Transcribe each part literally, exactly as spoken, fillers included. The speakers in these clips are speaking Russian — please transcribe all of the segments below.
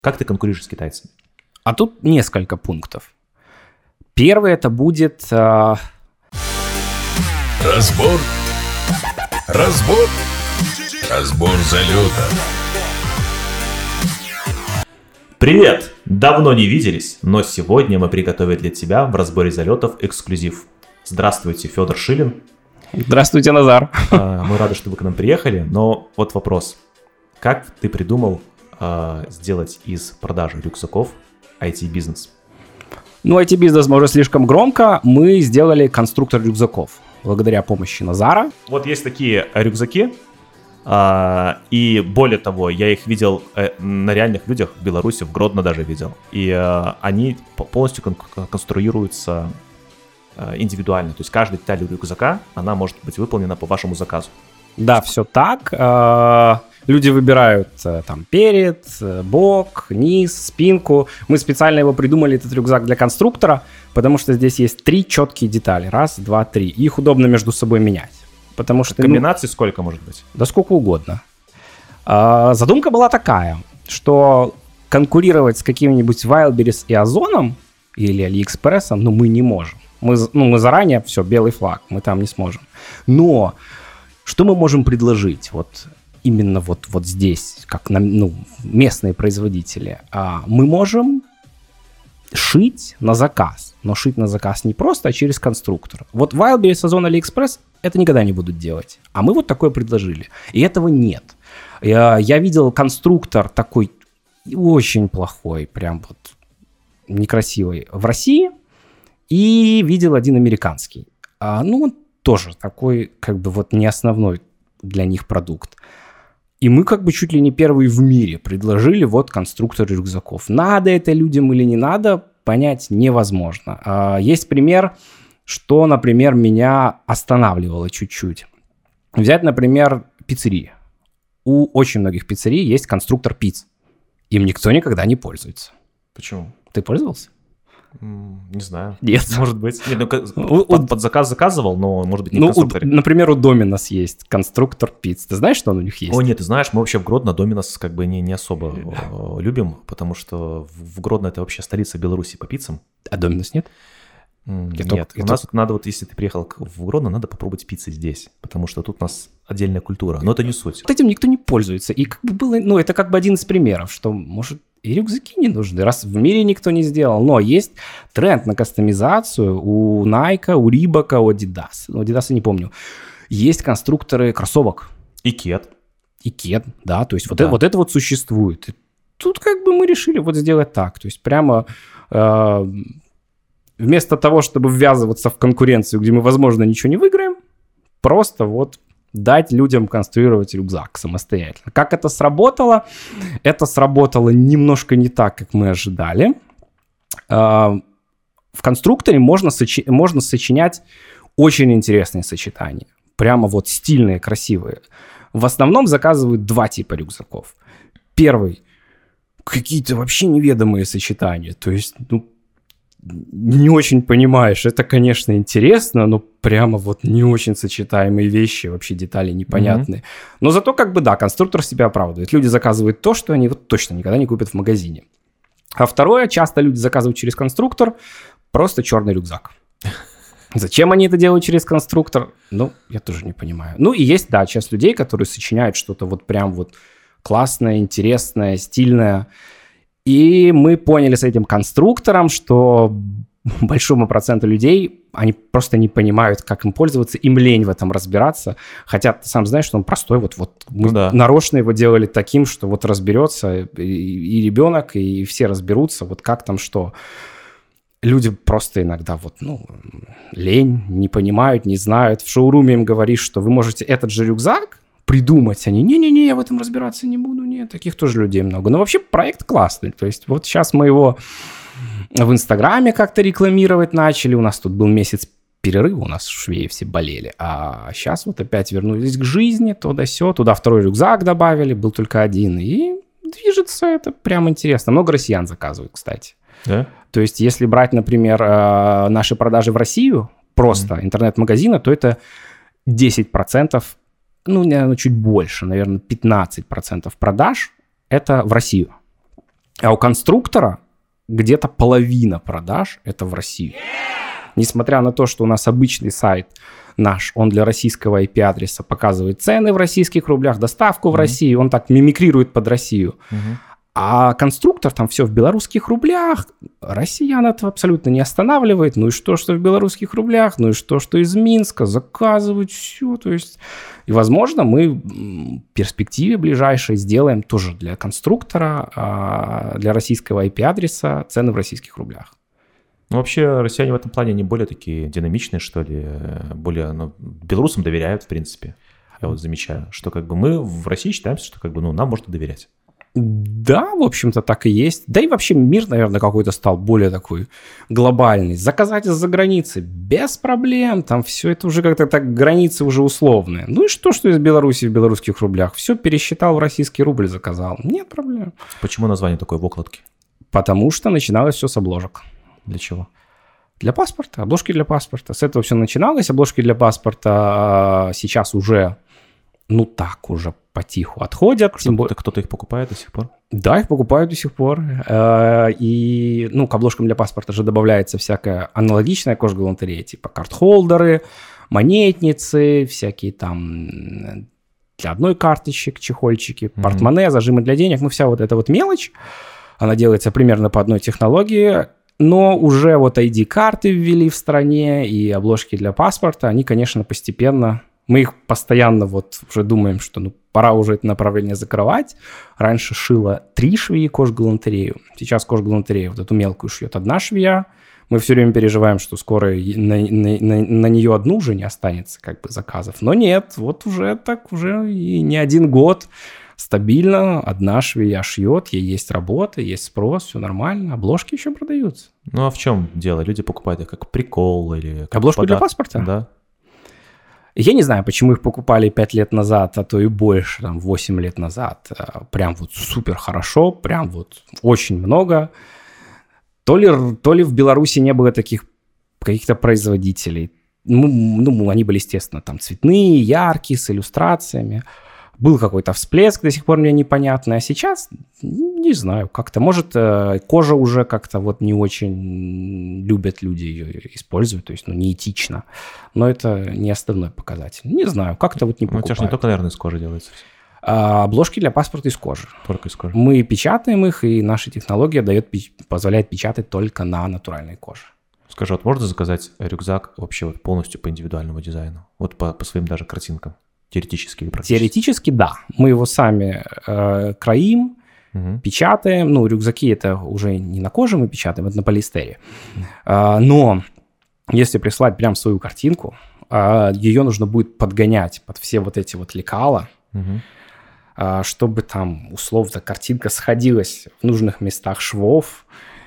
Как ты конкурируешь с китайцами? А тут несколько пунктов. Первый это будет... Э... Разбор. Разбор. Разбор залета. Привет! Давно не виделись, но сегодня мы приготовили для тебя в разборе залетов эксклюзив. Здравствуйте, Федор Шилин. Здравствуйте, Назар. Мы рады, что вы к нам приехали, но вот вопрос. Как ты придумал э, сделать из продажи рюкзаков ай ти-бизнес? Ну, ай ти-бизнес, может, слишком громко. Мы сделали конструктор рюкзаков благодаря помощи Назара. Вот есть такие рюкзаки, э, и более того, я их видел э, на реальных людях в Беларуси, в Гродно даже видел. И э, они полностью кон- конструируются э, индивидуально. То есть каждая деталь рюкзака, она может быть выполнена по вашему заказу. Да, все так. Люди выбирают там перед, бок, низ, спинку. Мы специально его придумали, этот рюкзак, для конструктора, потому что здесь есть три четкие детали. Раз, два, три. Их удобно между собой менять. Потому что, комбинаций ну, сколько может быть? Да сколько угодно. Задумка была такая, что конкурировать с каким-нибудь Wildberries и Озоном или AliExpress, ну, мы не можем. Мы, ну, мы заранее, все, белый флаг, мы там не сможем. Но что мы можем предложить вот именно вот, вот здесь, как на, ну, местные производители? А, мы можем шить на заказ, но шить на заказ не просто, а через конструктор. Вот Wildberries, Озон, AliExpress это никогда не будут делать, а мы вот такое предложили, и этого нет. Я, я видел конструктор такой очень плохой, прям вот некрасивый в России, и видел один американский. А, ну, он тоже такой, как бы, вот не основной для них продукт. И мы как бы чуть ли не первые в мире предложили вот конструктор рюкзаков. Надо это людям или не надо, понять невозможно. Есть пример, что, например, меня останавливало чуть-чуть. Взять, например, пиццерии. У очень многих пиццерий есть конструктор пиц. Им никто никогда не пользуется. Почему? Ты пользовался? Не знаю. Нет. Может быть. Нет, ну, под, под заказ заказывал, но, может быть, не ну, в конструкторе. У, например, у Доминос есть конструктор пиц. Ты знаешь, что он у них есть? О, нет, ты знаешь, мы вообще в Гродно Доминос как бы не, не особо любим, потому что в Гродно это вообще столица Беларуси по пиццам. А Доминос нет? Mm, я нет, только, у нас только... надо вот, если ты приехал в Гродно, надо попробовать пиццы здесь, потому что тут у нас отдельная культура, но это не суть. Вот этим никто не пользуется, и как бы было, ну, это как бы один из примеров, что, может, и рюкзаки не нужны, раз в мире никто не сделал. Но есть тренд на кастомизацию у Nike, у Reebok, у Adidas. Ну, Adidas я не помню. Есть конструкторы кроссовок. И кед. И кед, да. То есть вот, да. это, вот это вот существует. И тут как бы мы решили вот сделать так. То есть прямо э, вместо того, чтобы ввязываться в конкуренцию, где мы, возможно, ничего не выиграем, просто вот дать людям конструировать рюкзак самостоятельно. Как это сработало? Это сработало немножко не так, как мы ожидали. В конструкторе можно, сочи- можно сочинять очень интересные сочетания. Прямо вот стильные, красивые. В основном заказывают два типа рюкзаков. Первый – какие-то вообще неведомые сочетания. То есть, ну, не очень понимаешь, это, конечно, интересно, но прямо вот не очень сочетаемые вещи, вообще детали непонятные. Mm-hmm. Но зато как бы, да, конструктор себя оправдывает. Люди заказывают то, что они вот точно никогда не купят в магазине. А второе, часто люди заказывают через конструктор просто черный рюкзак. Зачем они это делают через конструктор? Ну, я тоже не понимаю. Ну и есть, да, часть людей, которые сочиняют что-то вот прям вот классное, интересное, стильное. И мы поняли с этим конструктором, что большому проценту людей, они просто не понимают, как им пользоваться, им лень в этом разбираться. Хотя ты сам знаешь, что он простой. Вот, вот мы ну, да. нарочно его делали таким, что вот разберется и, и ребенок, и все разберутся, вот как там что. Люди просто иногда вот, ну, лень, не понимают, не знают. В шоуруме им говоришь, что вы можете этот же рюкзак придумать. Они, не-не-не, я в этом разбираться не буду. Нет, таких тоже людей много. Но вообще проект классный. То есть вот сейчас мы его в Инстаграме как-то рекламировать начали. У нас тут был месяц перерыва, у нас швеи все болели. А сейчас вот опять вернулись к жизни, то да сё. Туда второй рюкзак добавили, был только один. И движется это прям интересно. Много россиян заказывают, кстати. Да? То есть если брать, например, наши продажи в Россию, просто mm-hmm. интернет-магазина, то это десять процентов, ну, наверное, чуть больше, наверное, пятнадцать процентов продаж – это в Россию. А у конструктора где-то половина продаж – это в Россию. Несмотря на то, что у нас обычный сайт наш, он для российского ай пи-адреса показывает цены в российских рублях, доставку в mm-hmm. Россию, он так мимикрирует под Россию. Mm-hmm. А конструктор там все в белорусских рублях. Россиян это абсолютно не останавливает. Ну и что, что в белорусских рублях? Ну и что, что из Минска заказывают все. То есть, и, возможно, мы в перспективе ближайшей сделаем тоже для конструктора, для российского ай пи-адреса цены в российских рублях. Ну, вообще, россияне в этом плане не более такие динамичные, что ли, более, ну, белорусам доверяют, в принципе. Я вот замечаю, что как бы мы в России считаемся, что как бы, ну, нам можно доверять. Да, в общем-то, так и есть. Да и вообще мир, наверное, какой-то стал более такой глобальный. Заказать из-за границы без проблем. Там все это уже как-то так, границы уже условные. Ну и что, что из Беларуси в белорусских рублях? Все пересчитал в российский рубль, заказал. Нет проблем. Почему название такое в окладке? Потому что начиналось все с обложек. Для чего? Для паспорта. Обложки для паспорта. С этого все начиналось. Обложки для паспорта сейчас уже, ну так, уже потиху отходят. Что, более... Кто-то их покупает до сих пор? Да, их покупают до сих пор. И, ну, к обложкам для паспорта же добавляется всякая аналогичная кожгалантерея, типа карт-холдеры, монетницы, всякие там для одной карточек, чехольчики, mm-hmm. портмоне, зажимы для денег. Ну, вся вот эта вот мелочь, она делается примерно по одной технологии. Но уже вот ай ди-карты ввели в стране и обложки для паспорта, они, конечно, постепенно... Мы их постоянно вот уже думаем, что ну, пора уже это направление закрывать. Раньше шила три швеи кожгалантерею. Сейчас кожгалантерею вот эту мелкую шьет одна швея. Мы все время переживаем, что скоро на, на, на, на нее одну уже не останется как бы заказов. Но нет, вот уже так уже и не один год стабильно одна швея шьет, ей есть работа, есть спрос, все нормально. Обложки еще продаются. Ну а в чем дело? Люди покупают их как прикол или... Как обложку подарок. Для паспорта? Да. Я не знаю, почему их покупали пять лет назад, а то и больше, там, восемь лет назад. Прям вот супер хорошо, прям вот очень много. То ли, то ли в Беларуси не было таких каких-то производителей. Ну, ну, они были, естественно, там цветные, яркие, с иллюстрациями. Был какой-то всплеск, до сих пор мне непонятный. А сейчас, не знаю, как-то, может, кожа уже как-то вот не очень любят люди ее используют, то есть, ну, неэтично. Но это не основной показатель. Не знаю, как-то вот не покупают. Ну, у тебя же не только, наверное, из кожи делается все. А, обложки для паспорта из кожи. Только из кожи. Мы печатаем их, и наша технология дает, позволяет печатать только на натуральной коже. Скажи, вот можно заказать рюкзак вообще вот полностью по индивидуальному дизайну? Вот по, по своим даже картинкам? Теоретически или практически? Теоретически, да. Мы его сами э, кроим, угу. печатаем. Ну, рюкзаки это уже не на коже мы печатаем, это на полиэстере. Угу. Э, но если прислать прям свою картинку, э, ее нужно будет подгонять под все вот эти вот лекала, угу. э, чтобы там условно картинка сходилась в нужных местах швов.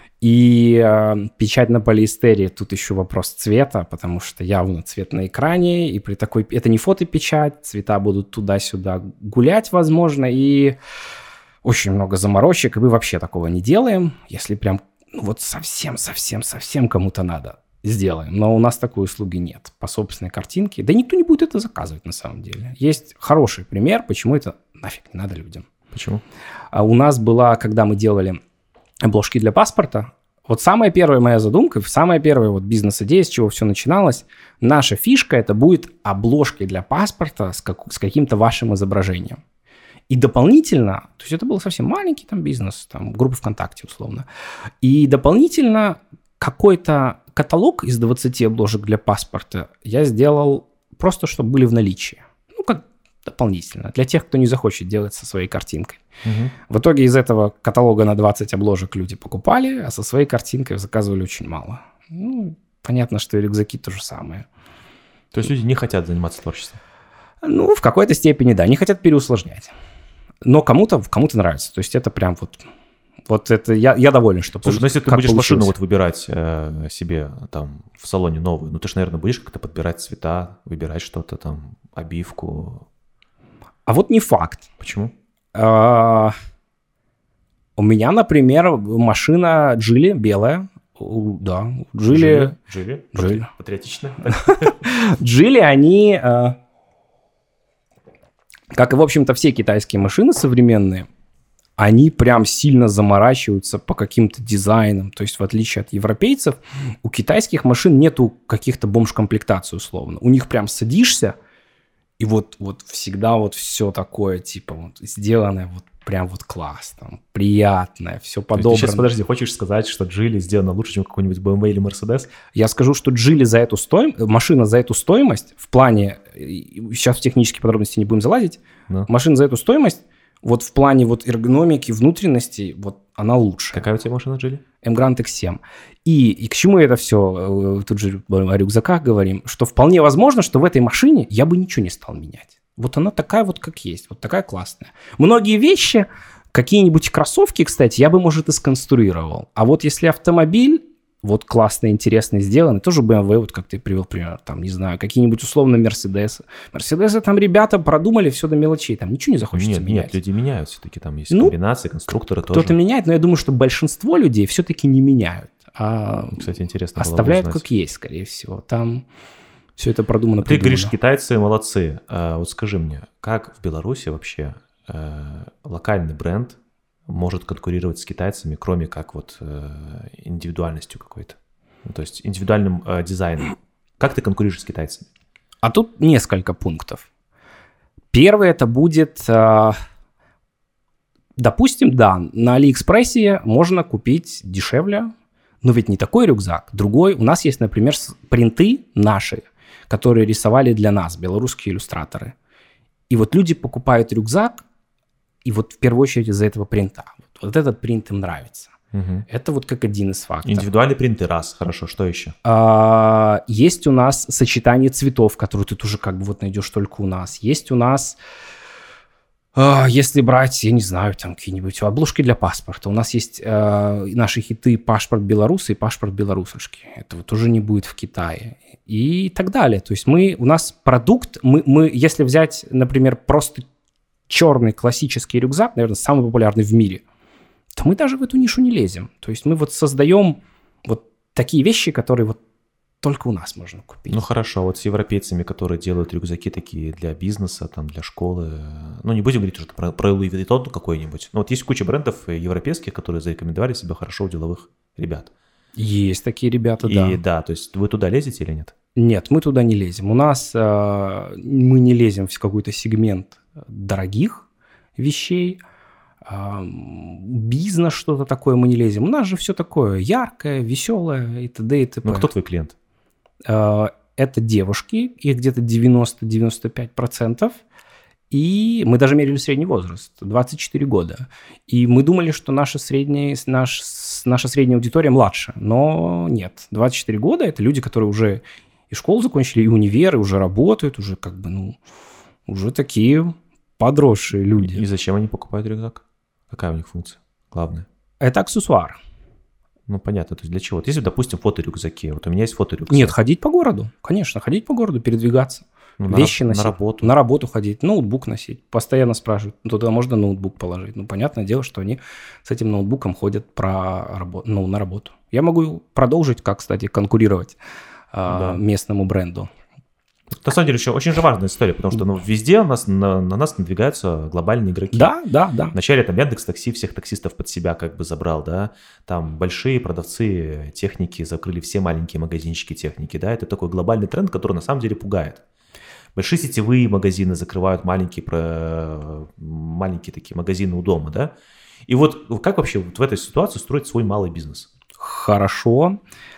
И э, печать на полиэстере, тут еще вопрос цвета, потому что явно цвет на экране, и при такой... Это не фотопечать, цвета будут туда-сюда гулять, возможно, и очень много заморочек, и мы вообще такого не делаем. Если прям ну, вот совсем-совсем-совсем кому-то надо, сделаем. Но у нас такой услуги нет по собственной картинке. Да никто не будет это заказывать на самом деле. Есть хороший пример, почему это нафиг не надо людям. Почему? А у нас была, когда мы делали... обложки для паспорта. Вот самая первая моя задумка, самая первая вот бизнес-идея, с чего все начиналось, наша фишка это будет обложки для паспорта с, как, с каким-то вашим изображением. И дополнительно, то есть это был совсем маленький там бизнес, там группа ВКонтакте условно, и дополнительно какой-то каталог из двадцати обложек для паспорта я сделал просто, чтобы были в наличии. Ну, как дополнительно, для тех, кто не захочет делать со своей картинкой. Угу. В итоге из этого каталога на двадцать обложек люди покупали, а со своей картинкой заказывали очень мало. Ну, понятно, что и рюкзаки то же самое. То есть люди не хотят заниматься творчеством? Ну, в какой-то степени, да, не хотят переусложнять. Но кому-то, кому-то нравится. То есть это прям вот... Вот это я, я доволен, что... Слушай, ну если ты будешь получилось. Машину вот выбирать э, себе там в салоне новую, ну ты же, наверное, будешь как-то подбирать цвета, выбирать что-то там, обивку... А вот не факт. Почему? А, у меня, например, машина Джили белая. У, да, Джили... Джили? Джили. Патриотично. Джили, они, как и, в общем-то, все китайские машины современные, они прям сильно заморачиваются по каким-то дизайнам. То есть в отличие от европейцев, у китайских машин нету каких-то бомж-комплектаций условно. У них прям садишься, и вот, вот всегда вот все такое, типа, вот сделанное вот прям вот класс, там, приятное, все подобрано. Ты сейчас, подожди, хочешь сказать, что Джили сделана лучше, чем какой-нибудь бэ эм вэ или Mercedes? Я скажу, что Джили за эту стоимость, машина за эту стоимость, в плане, сейчас в технические подробности не будем залазить, no. машина за эту стоимость, вот в плане вот эргономики, внутренности, вот она лучше. Какая у тебя машина, Джили? Emgrand икс семь. И, и к чему это все, тут же о рюкзаках говорим, что вполне возможно, что в этой машине я бы ничего не стал менять. Вот она такая вот, как есть, вот такая классная. Многие вещи, какие-нибудь кроссовки, кстати, я бы, может, и сконструировал. А вот если автомобиль, вот классно, интересно сделанный, тоже бэ эм вэ, вот как ты привел пример, там, не знаю, какие-нибудь условно Мерседесы. Мерседесы там ребята продумали все до мелочей, там ничего не захочется нет, менять. Нет, люди меняют все-таки, там есть ну, комбинации, конструкторы тоже. Кто-то меняет, но я думаю, что большинство людей все-таки не меняют. А кстати, интересно оставляют как есть, скорее всего. Там все это продумано. Ты придумано. говоришь, китайцы молодцы. А вот скажи мне, как в Беларуси вообще э, локальный бренд может конкурировать с китайцами, кроме как вот э, индивидуальностью какой-то? Ну, то есть индивидуальным э, дизайном. Как ты конкурируешь с китайцами? А тут несколько пунктов. Первый это будет... Э, допустим, да, на Алиэкспрессе можно купить дешевле, но ведь не такой рюкзак, другой. У нас есть, например, принты наши, которые рисовали для нас, белорусские иллюстраторы. И вот люди покупают рюкзак, и вот в первую очередь из-за этого принта. Вот, вот этот принт им нравится. Угу. Это вот как один из факторов. Индивидуальные принты, раз, хорошо, что еще? А, есть у нас сочетание цветов, которые ты тоже как бы вот найдешь только у нас. Есть у нас... Если брать, я не знаю, там какие-нибудь обложки для паспорта. У нас есть э, наши хиты «Пашпорт белоруса» и «Пашпорт белорусушки». Этого тоже не будет в Китае. И так далее. То есть мы, у нас продукт, мы, мы, если взять, например, просто черный классический рюкзак, наверное, самый популярный в мире, то мы даже в эту нишу не лезем. То есть мы вот создаем вот такие вещи, которые вот только у нас можно купить. Ну хорошо, вот с европейцами, которые делают рюкзаки такие для бизнеса, там, для школы, ну не будем говорить уже про, про Луи Виттон какой-нибудь, но вот есть куча брендов европейских, которые зарекомендовали себя хорошо у деловых ребят. Есть такие ребята, И, да. И да, то есть вы туда лезете или нет? Нет, мы туда не лезем. У нас э, мы не лезем в какой-то сегмент дорогих вещей, э, бизнес что-то такое мы не лезем. У нас же все такое яркое, веселое и т.д. и т.п. Ну кто твой клиент? Это девушки, их где-то девяносто-девяносто пять процентов, и мы даже мерили средний возраст, двадцать четыре года. И мы думали, что наша средняя, наш, наша средняя аудитория младше, но нет. двадцать четыре года – это люди, которые уже и школу закончили, и универ, и уже работают, уже как бы, ну, уже такие подросшие люди. И зачем они покупают рюкзак? Какая у них функция главная? Это аксессуар. Ну, понятно. То есть для чего? Вот если, допустим, фоторюкзаки. Вот у меня есть фоторюкзак. Нет, ходить по городу. Конечно, ходить по городу, передвигаться. Ну, Вещи на, носить. На работу. На работу ходить, ноутбук носить. Постоянно спрашивают, ну, туда можно ноутбук положить. Ну, понятное дело, что они с этим ноутбуком ходят про рабо- ну, на работу. Я могу продолжить, как, кстати, конкурировать да. э, местному бренду. На самом деле, еще очень же важная история, потому что ну, везде у нас, на, на нас надвигаются глобальные игроки. Да, да, да. Вначале там Яндекс.Такси всех таксистов под себя как бы забрал, да, там большие продавцы техники закрыли все маленькие магазинчики техники, да, это такой глобальный тренд, который на самом деле пугает. Большие сетевые магазины закрывают маленькие, про... маленькие такие магазины у дома, да, и вот как вообще вот в этой ситуации строить свой малый бизнес? Хорошо.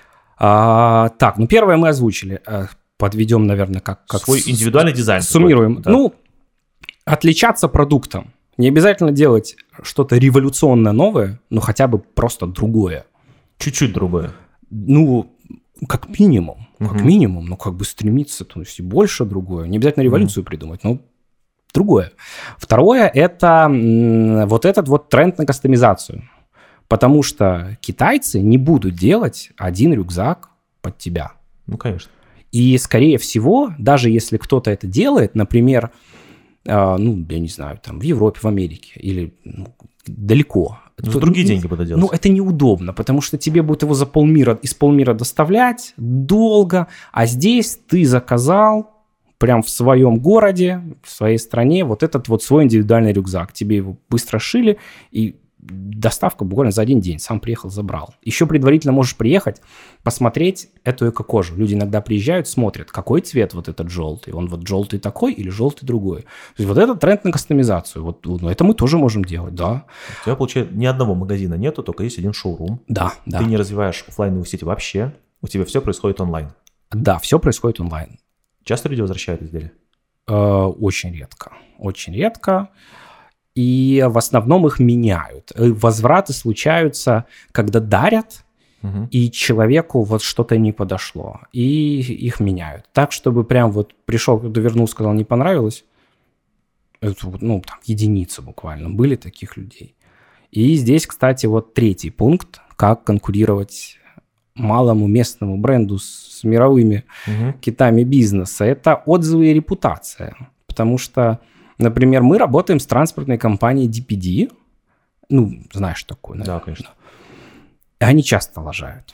А, так, ну первое мы озвучили. Подведем, наверное, как... как свой индивидуальный дизайн. Суммируем. Да. Ну, отличаться продуктом. Не обязательно делать что-то революционное новое, но хотя бы просто другое. Чуть-чуть другое. Ну, как минимум. Угу. Как минимум. Ну, как бы стремиться, то есть больше другое. Не обязательно революцию угу. придумать, но другое. Второе – это вот этот вот тренд на кастомизацию. Потому что китайцы не будут делать один рюкзак под тебя. Ну, конечно. И, скорее всего, даже если кто-то это делает, например, э, ну, я не знаю, там, в Европе, в Америке или ну, далеко. За то, другие ну, деньги будут делать. Ну, это неудобно, потому что тебе будет его за полмира, из полмира доставлять долго, а здесь ты заказал, прям в своем городе, в своей стране вот этот вот свой индивидуальный рюкзак. Тебе его быстро шили, и доставка буквально за один день. Сам приехал, забрал. Еще предварительно можешь приехать, посмотреть эту эко-кожу. Люди иногда приезжают, смотрят, какой цвет вот этот желтый. Он вот желтый такой или желтый другой. То есть вот этот тренд на кастомизацию. Вот, ну, это мы тоже можем делать, да. У тебя, получается, ни одного магазина нету, только есть один шоурум. Да, да. Ты не развиваешь офлайновую сеть вообще. У тебя все происходит онлайн. Да, все происходит онлайн. Часто люди возвращают изделия? Э, очень редко. Очень редко. И в основном их меняют. Возвраты случаются, когда дарят, угу. и человеку вот что-то не подошло, и их меняют. Так, чтобы прям вот пришел, кто-то вернул, сказал, не понравилось. Это, ну, там, единицы буквально. Были таких людей. И здесь, кстати, вот третий пункт, как конкурировать малому местному бренду с мировыми угу. китами бизнеса. Это отзывы и репутация. Потому что, например, мы работаем с транспортной компанией ди пи ди. Ну, знаешь такую, наверное. Да, конечно. Они часто лажают.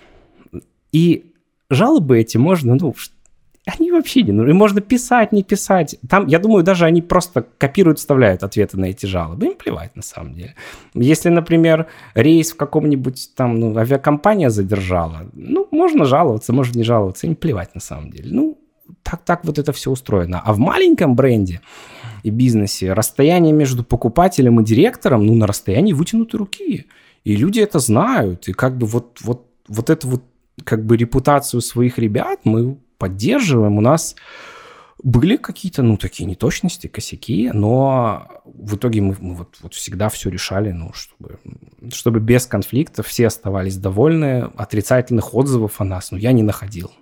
И жалобы эти можно, ну, они вообще не нужны. Можно писать, не писать. Там, я думаю, даже они просто копируют, вставляют ответы на эти жалобы. Им плевать, на самом деле. Если, например, рейс в каком-нибудь там, ну, авиакомпания задержала, ну, можно жаловаться, можно не жаловаться. Им плевать, на самом деле. Ну, так, так вот это все устроено. А в маленьком бренде и бизнесе расстояние между покупателем и директором, ну, на расстоянии вытянутой руки. И люди это знают. И как бы вот, вот, вот эту вот как бы репутацию своих ребят мы поддерживаем. У нас были какие-то, ну, такие неточности, косяки, но в итоге мы, мы вот, вот всегда все решали, ну, чтобы, чтобы без конфликтов все оставались довольны. Отрицательных отзывов о нас, ну, я не находил.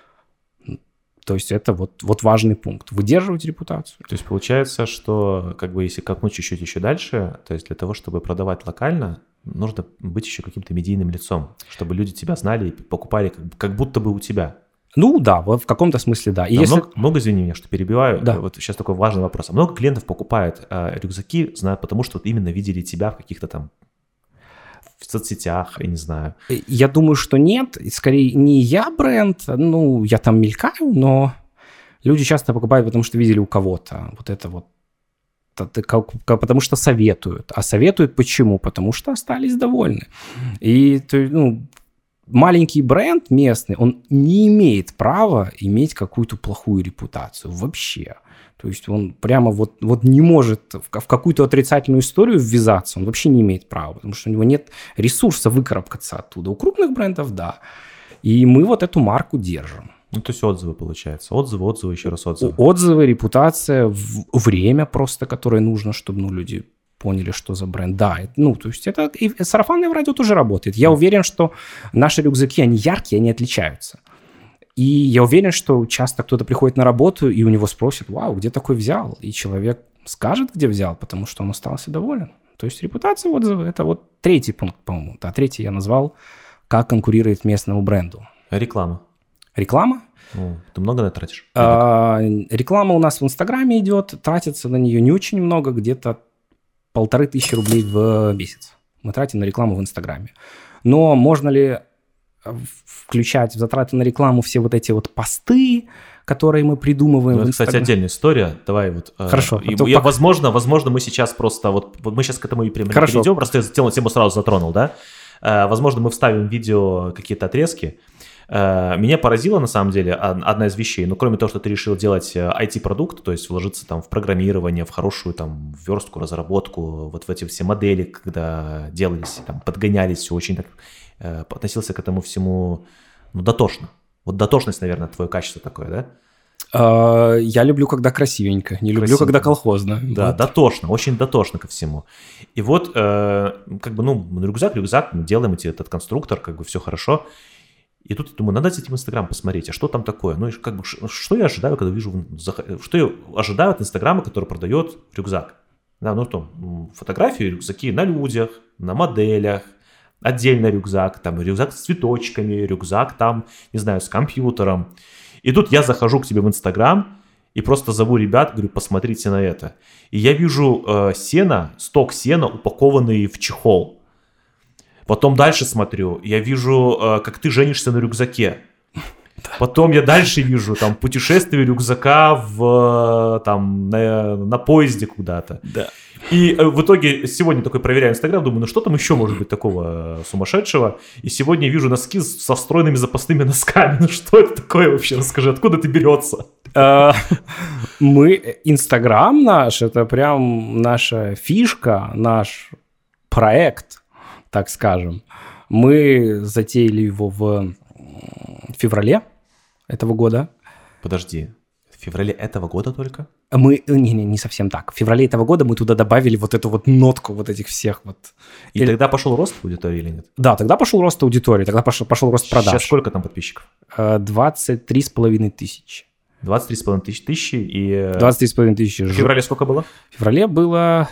То есть это вот, вот важный пункт. Выдерживать репутацию. То есть получается, что как бы если копнуть чуть-чуть еще дальше, то есть для того, чтобы продавать локально, нужно быть еще каким-то медийным лицом, чтобы люди тебя знали и покупали как, как будто бы у тебя. Ну да, в каком-то смысле да. И да если... много, много, извини меня, что перебиваю. Да. Вот сейчас такой важный вопрос. А много клиентов покупают э, рюкзаки, знают, потому что вот именно видели тебя в каких-то там в соцсетях, я не знаю. Я думаю, что нет. Скорее, не я бренд, ну, я там мелькаю, но люди часто покупают, потому что видели у кого-то. Вот это вот. Потому что советуют. А советуют почему? Потому что остались довольны. И, ну, маленький бренд местный, он не имеет права иметь какую-то плохую репутацию вообще. То есть он прямо вот, вот не может в, в какую-то отрицательную историю ввязаться, он вообще не имеет права, потому что у него нет ресурса выкарабкаться оттуда. У крупных брендов, да. И мы вот эту марку держим. Ну, то есть отзывы, получается. Отзывы, отзывы, еще раз отзывы. Отзывы, репутация, в, время просто, которое нужно, чтобы, ну, люди поняли, что за бренд. Да, ну, то есть это и сарафанное радио тоже работает. Я уверен, что наши рюкзаки, они яркие, они отличаются. И я уверен, что часто кто-то приходит на работу, и у него спросят, вау, где такой взял? И человек скажет, где взял, потому что он остался доволен. То есть репутация, отзывы – это вот третий пункт, по-моему. Да, третий я назвал, как конкурировать местному бренду. Реклама. Реклама? Ну, ты много на это тратишь? А, реклама у нас в Инстаграме идет, тратится на нее не очень много, где-то полторы тысячи рублей в месяц. Мы тратим на рекламу в Инстаграме. Но можно ли включать в затраты на рекламу все вот эти вот посты, которые мы придумываем? Ну, это, кстати, отдельная история. Давай вот. Хорошо. Э, я, пока... возможно, возможно, мы сейчас просто вот, вот мы сейчас к этому и прямо перейдем. Просто я тему, тему сразу затронул, да? Э, возможно, мы вставим в видео какие-то отрезки. Э, меня поразила, на самом деле, одна из вещей. Ну, кроме того, что ты решил делать ай ти-продукт, то есть вложиться там в программирование, в хорошую там верстку, разработку, вот в эти все модели, когда делались, там, подгонялись, все очень так... относился к этому всему, ну, дотошно. Вот дотошность, наверное, твое качество такое, да? Uh, я люблю, когда красивенько, не люблю, Красиво. Когда колхозно. Да, вот. Дотошно, очень дотошно ко всему. И вот, э, как бы, ну, рюкзак, рюкзак, мы делаем эти, этот конструктор, как бы все хорошо. И тут я думаю, надо зайти в Инстаграм посмотреть, а что там такое? Ну, и как бы, что я ожидаю, когда вижу, что я ожидаю от Инстаграма, который продает рюкзак? Да, ну, что, фотографии, рюкзаки на людях, на моделях, отдельно рюкзак, там рюкзак с цветочками, рюкзак там, не знаю, с компьютером. И тут я захожу к тебе в Инстаграм и просто зову ребят, говорю, посмотрите на это. И я вижу э, сено, сток сена, упакованный в чехол. Потом дальше смотрю, я вижу, э, как ты женишься на рюкзаке. Потом я дальше вижу там путешествие рюкзака в, там, на, на поезде куда-то. Да. И в итоге сегодня такой проверяю Инстаграм, думаю, ну что там еще может быть такого сумасшедшего? И сегодня вижу носки со встроенными запасными носками. Ну что это такое вообще? Расскажи, откуда это берется? Мы, Инстаграм наш, это прям наша фишка, наш проект, так скажем. Мы затеяли его в феврале этого года. Подожди, в феврале этого года только? Мы, не, не, не совсем так. В феврале этого года мы туда добавили вот эту вот нотку вот этих всех вот. И или... тогда пошел рост аудитории или нет? Да, тогда пошел рост аудитории, тогда пошел, пошел рост продаж. Сейчас сколько там подписчиков? двадцать три с половиной тысячи. двадцать три с половиной тысячи, тысячи и... двадцать три с половиной тысячи. В феврале сколько было? В феврале было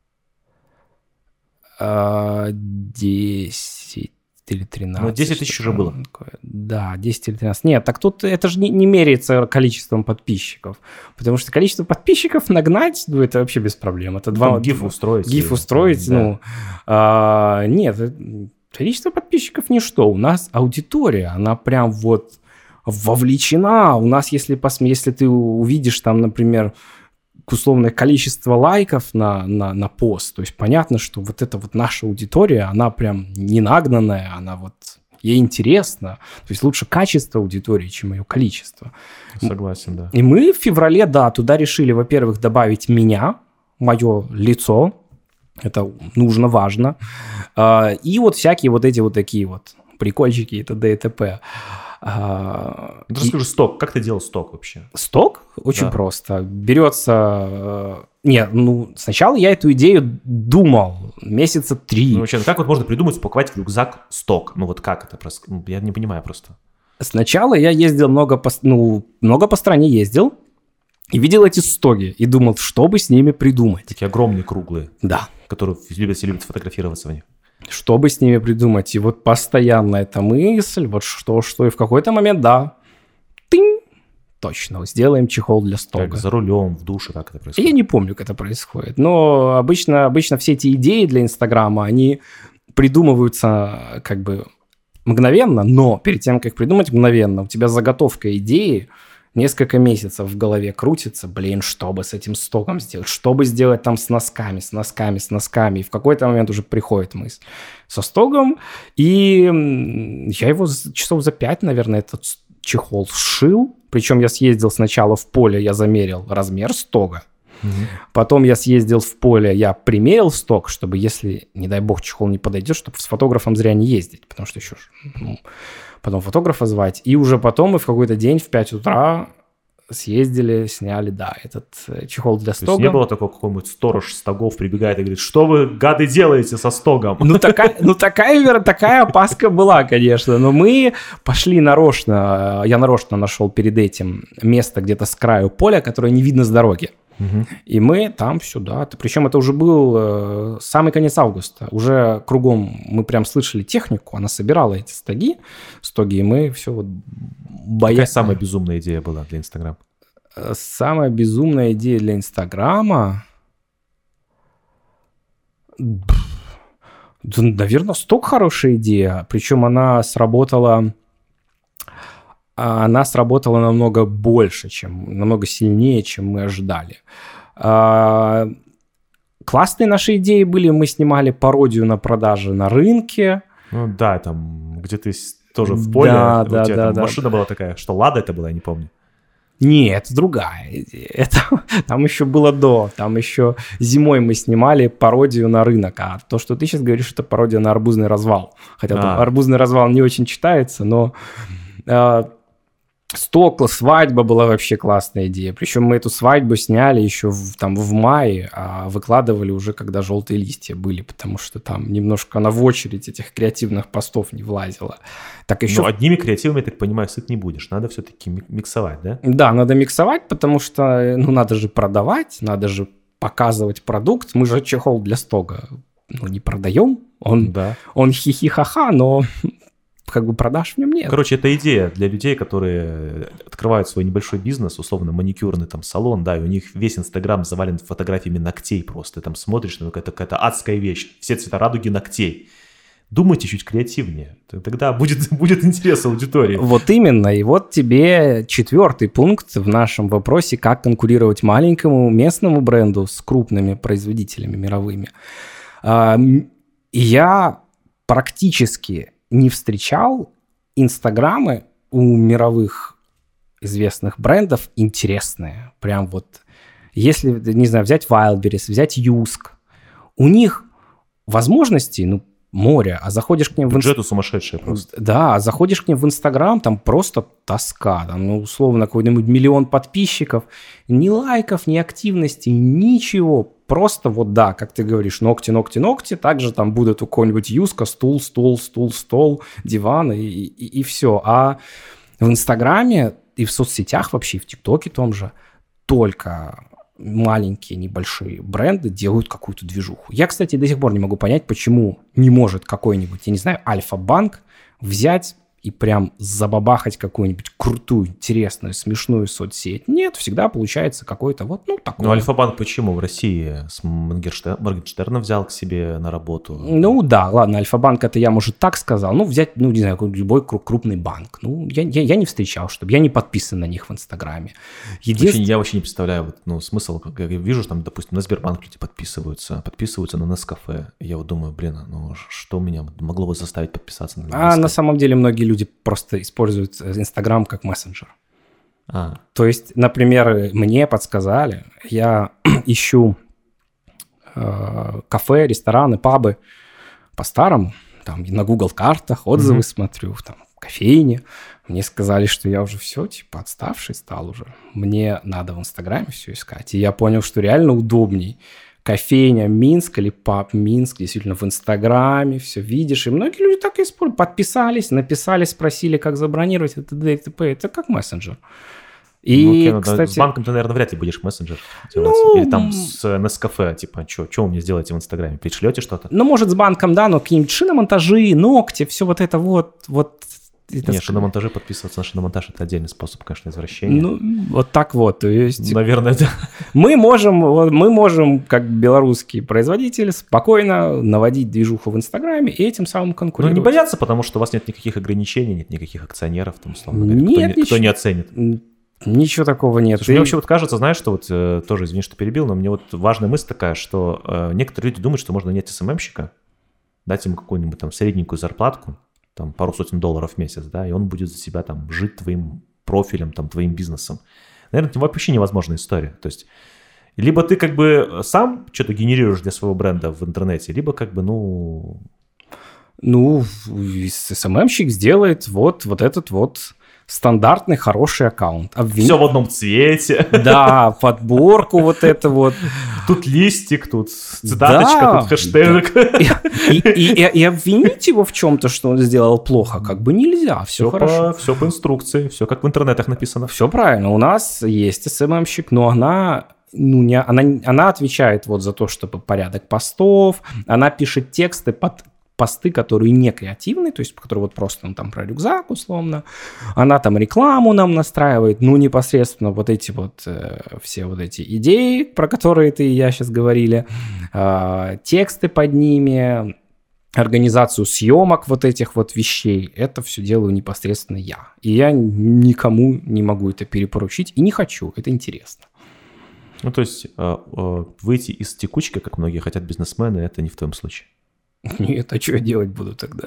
э, десять или тринадцать. Ну, десять тысяч уже было. Такое. Да, десять или тринадцать. Нет, так тут это же не, не меряется количеством подписчиков. Потому что количество подписчиков нагнать, ну, это вообще без проблем. Это два... гиф устроить. Гиф устроить, да. ну... А, нет, количество подписчиков ничто. У нас аудитория, она прям вот вовлечена. У нас, если, пос... если ты увидишь там, например, условное количество лайков на, на, на пост, то есть понятно, что вот эта вот наша аудитория, она прям не нагнанная, она вот, ей интересно. То есть лучше качество аудитории, чем ее количество. Согласен, да. И мы в феврале, да, туда решили, во-первых, добавить меня, мое лицо, это нужно, важно, и вот всякие вот эти вот такие вот прикольчики и т.д. и т.п. А, ну, расскажи, сток. Как ты делал сток вообще? Сток? Очень да. просто. Берется... Нет, ну, сначала я эту идею думал месяца три. Ну, вообще, ну, как вот можно придумать упаковать в рюкзак сток? Ну, вот как это просто? Ну, я не понимаю просто. Сначала я ездил много по, ну, много по стране ездил и видел эти стоги и думал, что бы с ними придумать. Такие огромные, круглые. Да. Которые любят, все любят фотографироваться в них. Что бы с ними придумать? И вот постоянно эта мысль, вот что, что и в какой-то момент, да, тынь, точно, сделаем чехол для стога. Как за рулем, в душе, как это происходит? Я не помню, как это происходит, но обычно, обычно все эти идеи для Инстаграма, они придумываются как бы мгновенно, но перед тем, как придумать мгновенно, у тебя заготовка идеи, несколько месяцев в голове крутится, блин, что бы с этим стоком сделать, что бы сделать там с носками, с носками, с носками. И в какой-то момент уже приходит мысль со стогом, и я его часов за пять, наверное, этот чехол сшил. Причем я съездил сначала в поле, я замерил размер стога. Угу. Потом я съездил в поле, я примерил сток, чтобы, если, не дай бог, чехол не подойдет, чтобы с фотографом зря не ездить, потому что еще... Ну, потом фотографа звать, и уже потом мы в какой-то день в пять утра съездили, сняли, да, этот чехол для стога. То есть не было такого, какой-нибудь сторож стогов прибегает и говорит, что вы, гады, делаете со стогом? Ну, такая, ну такая, такая опаска была, конечно, но мы пошли нарочно, я нарочно нашел перед этим место где-то с краю поля, которое не видно с дороги. Угу. И мы там сюда, причем это уже был э, самый конец августа, уже кругом мы прям слышали технику, она собирала эти стоги, стоги, и мы все вот боялись. Какая самая безумная идея была для Инстаграма? Самая безумная идея для Инстаграма? Да, наверное, сток хорошая идея, причем она сработала... она сработала намного больше, чем, намного сильнее, чем мы ожидали. А, классные наши идеи были. Мы снимали пародию на продажи на рынке. Ну да, там, где ты тоже в поле. Да, у да, тебя да, там да. машина была такая, что Лада это была, я не помню. Нет, другая идея. Это, там еще было до. Там еще зимой мы снимали пародию на рынок. А то, что ты сейчас говоришь, это пародия на арбузный развал. Хотя там арбузный развал не очень читается, но... Сток, свадьба была вообще классная идея. Причем мы эту свадьбу сняли еще в, там, в мае, а выкладывали уже, когда желтые листья были, потому что там немножко она в очередь этих креативных постов не влазила. Так еще... Но одними креативами, я так понимаю, сыт не будешь. Надо все-таки миксовать, да? Да, надо миксовать, потому что ну, надо же продавать, надо же показывать продукт. Мы же чехол для стога ну, не продаем. Он, да. он хихи-ха-ха, но... как бы продаж в нем нет. Короче, это идея для людей, которые открывают свой небольшой бизнес, условно маникюрный там салон, да, и у них весь Инстаграм завален фотографиями ногтей просто. Ты там смотришь, ну, это какая-то адская вещь. Все цвета радуги ногтей. думайте чуть креативнее. Тогда будет, будет интерес аудитории. Вот именно. И вот тебе четвертый пункт в нашем вопросе, как конкурировать маленькому местному бренду с крупными производителями мировыми. Я практически не встречал инстаграмы у мировых известных брендов интересные. Прям вот, если, не знаю, взять Wildberries, взять Юск, у них возможностей, ну, море, а заходишь к ним в Бюджеты сумасшедшие просто. Да, а заходишь к ним в Инстаграм, там просто тоска, там, ну, условно, какой-нибудь миллион подписчиков, ни лайков, ни активности, ничего, просто вот да, как ты говоришь, ногти, ногти, ногти, также там будет у какого-нибудь Юска стул, стул, стул, стол, диван и, и, и все, а в Инстаграме и в соцсетях вообще, в ТикТоке том же, только маленькие, небольшие бренды делают какую-то движуху. Я, кстати, до сих пор не могу понять, почему не может какой-нибудь, я не знаю, Альфа-банк взять и прям забабахать какую-нибудь крутую, интересную, смешную соцсеть. Нет, всегда получается какой-то вот, ну, такой. Ну, Альфа-банк почему в России с Моргенштерн, Моргенштерна взял к себе на работу? Ну, да, ладно, Альфа-банк, это я, может, так сказал. Ну, взять, ну, не знаю, любой крупный банк. Ну, я, я, я не встречал, чтобы я не подписан на них в Инстаграме. Единствен... Очень, я вообще не представляю, вот, ну, смысл, как я вижу, что там, допустим, на Сбербанк люди подписываются, подписываются на Нескафе. И я вот думаю, блин, ну, что меня могло бы заставить подписаться на Нескафе? А на самом деле многие люди просто используют Инстаграм как мессенджер. А. То есть, например, мне подсказали, я ищу э, кафе, рестораны, пабы по-старому, там на Google картах отзывы mm-hmm. смотрю, там кофейни. Мне сказали, что я уже все, типа, отставший стал уже. Мне надо в Инстаграме все искать. И я понял, что реально удобней кофейня Минск или паб Минск, действительно в Инстаграме, все видишь. И многие люди так и используют. Подписались, написали, спросили, как забронировать. Это д т п. Это как мессенджер. И, ну, окей, ну, кстати... С банком ты, наверное, вряд ли будешь мессенджер делать. Ну... Или там с Нескафе, типа, что вы мне сделаете в Инстаграме? Пришлете что-то? Ну, может, с банком, да, но какие-нибудь шиномонтажи, ногти, все вот это вот... вот это Нет, шиномонтажи, подписываться на шиномонтаж – это отдельный способ, конечно, извращения. Ну, вот так вот. То есть, наверное, да. Мы можем, мы можем, как белорусский производитель, спокойно наводить движуху в Инстаграме и этим самым конкурировать. Ну, не бояться, потому что у вас нет никаких ограничений, нет никаких акционеров, там, условно говоря, нет, кто, ничего, кто не оценит. Ничего такого нет. Слушай, и... Мне вообще вот кажется, знаешь, что вот, э, тоже, извини, что перебил, но мне вот важная мысль такая, что э, некоторые люди думают, что можно нанять эс эм эм-щика, дать ему какую-нибудь там средненькую зарплатку, там пару сотен долларов в месяц, да, и он будет за себя там жить твоим профилем, там, твоим бизнесом. Наверное, это вообще невозможная история. То есть, либо ты как бы сам что-то генерируешь для своего бренда в интернете, либо как бы, ну... Ну, эс эм эм-щик сделает вот, вот этот вот стандартный хороший аккаунт. Обвин... Все в одном цвете. Да, подборку вот это вот. Тут листик, тут цитаточка, да, тут хэштег. Да. И, и, и, и обвинить его в чем-то, что он сделал плохо, как бы нельзя. Все, все хорошо. По, все по инструкции, все как в интернетах написано. Все правильно. У нас есть эс эм эм-щик, но она... Ну, не, она, она отвечает вот за то, чтобы порядок постов, она пишет тексты под посты, которые не креативные, то есть которые вот просто ну, там про рюкзак условно, она там рекламу нам настраивает, ну непосредственно вот эти вот э, все вот эти идеи, про которые ты и я сейчас говорили, э, тексты под ними, организацию съемок вот этих вот вещей, это все делаю непосредственно я. И я никому не могу это перепоручить и не хочу, это интересно. Ну то есть э, э, выйти из текучки, как многие хотят бизнесмены, это не в твоем случае. Нет, а что я делать буду тогда?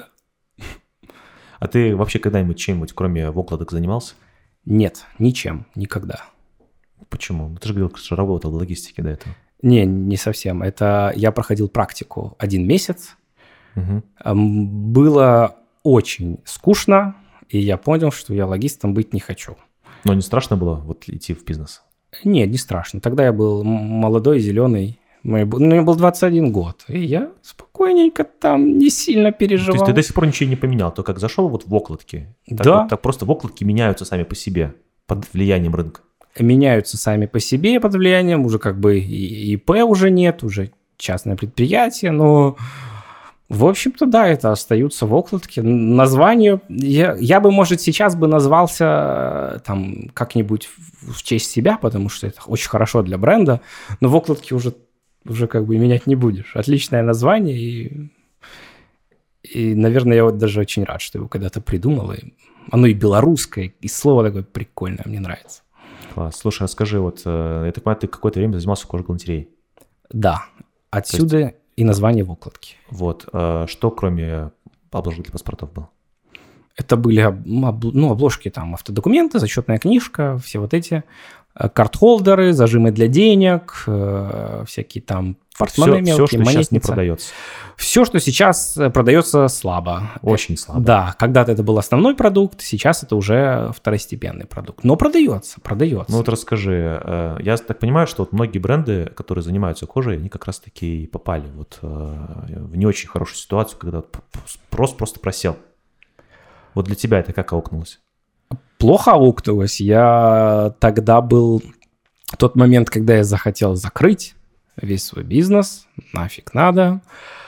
А ты вообще когда-нибудь чем-нибудь, кроме вокладок, занимался? Нет, ничем, никогда. Почему? Ты же говорил, что работал в логистике до этого. Не, не совсем. Это я проходил практику один месяц. Угу. Было очень скучно, и я понял, что я логистом быть не хочу. Но не страшно было вот идти в бизнес? Нет, не страшно. Тогда я был молодой, зеленый. Мне был двадцать один год, и я спокойненько там не сильно переживал. То есть ты до сих пор ничего не поменял, то как зашел вот в вокладки, так, да. вот, так просто вокладки меняются сами по себе под влиянием рынка. Меняются сами по себе под влиянием, уже как бы и ИП уже нет, уже частное предприятие, но в общем-то да, это остаются вокладки. Название, я, я бы, может, сейчас бы назвался там как-нибудь в честь себя, потому что это очень хорошо для бренда, но вокладки уже уже как бы менять не будешь. Отличное название, и И, наверное, я вот даже очень рад, что его когда-то придумал. И оно и белорусское, и слово такое прикольное, мне нравится. Класс. Слушай, а скажи, вот, я так понимаю, ты какое-то время занимался кожей-галантереей? Да, отсюда есть... и название выкладки. Вот, что кроме обложек для паспортов было? Это были ну, обложки, там, автодокументы, зачетная книжка, все вот эти карт-холдеры, зажимы для денег, всякие там портмоне мелкие, все, что монетница. Сейчас не продается. Все, что сейчас продается слабо. Очень слабо. Да, когда-то это был основной продукт, сейчас это уже второстепенный продукт. Но продается, продается. Ну вот расскажи, я так понимаю, что вот многие бренды, которые занимаются кожей, они как раз-таки и попали вот в не очень хорошую ситуацию, когда спрос просто просел. Вот для тебя это как аукнулось? Плохо аукнулось. Я тогда был... Тот момент, когда я захотел закрыть весь свой бизнес, нафиг надо.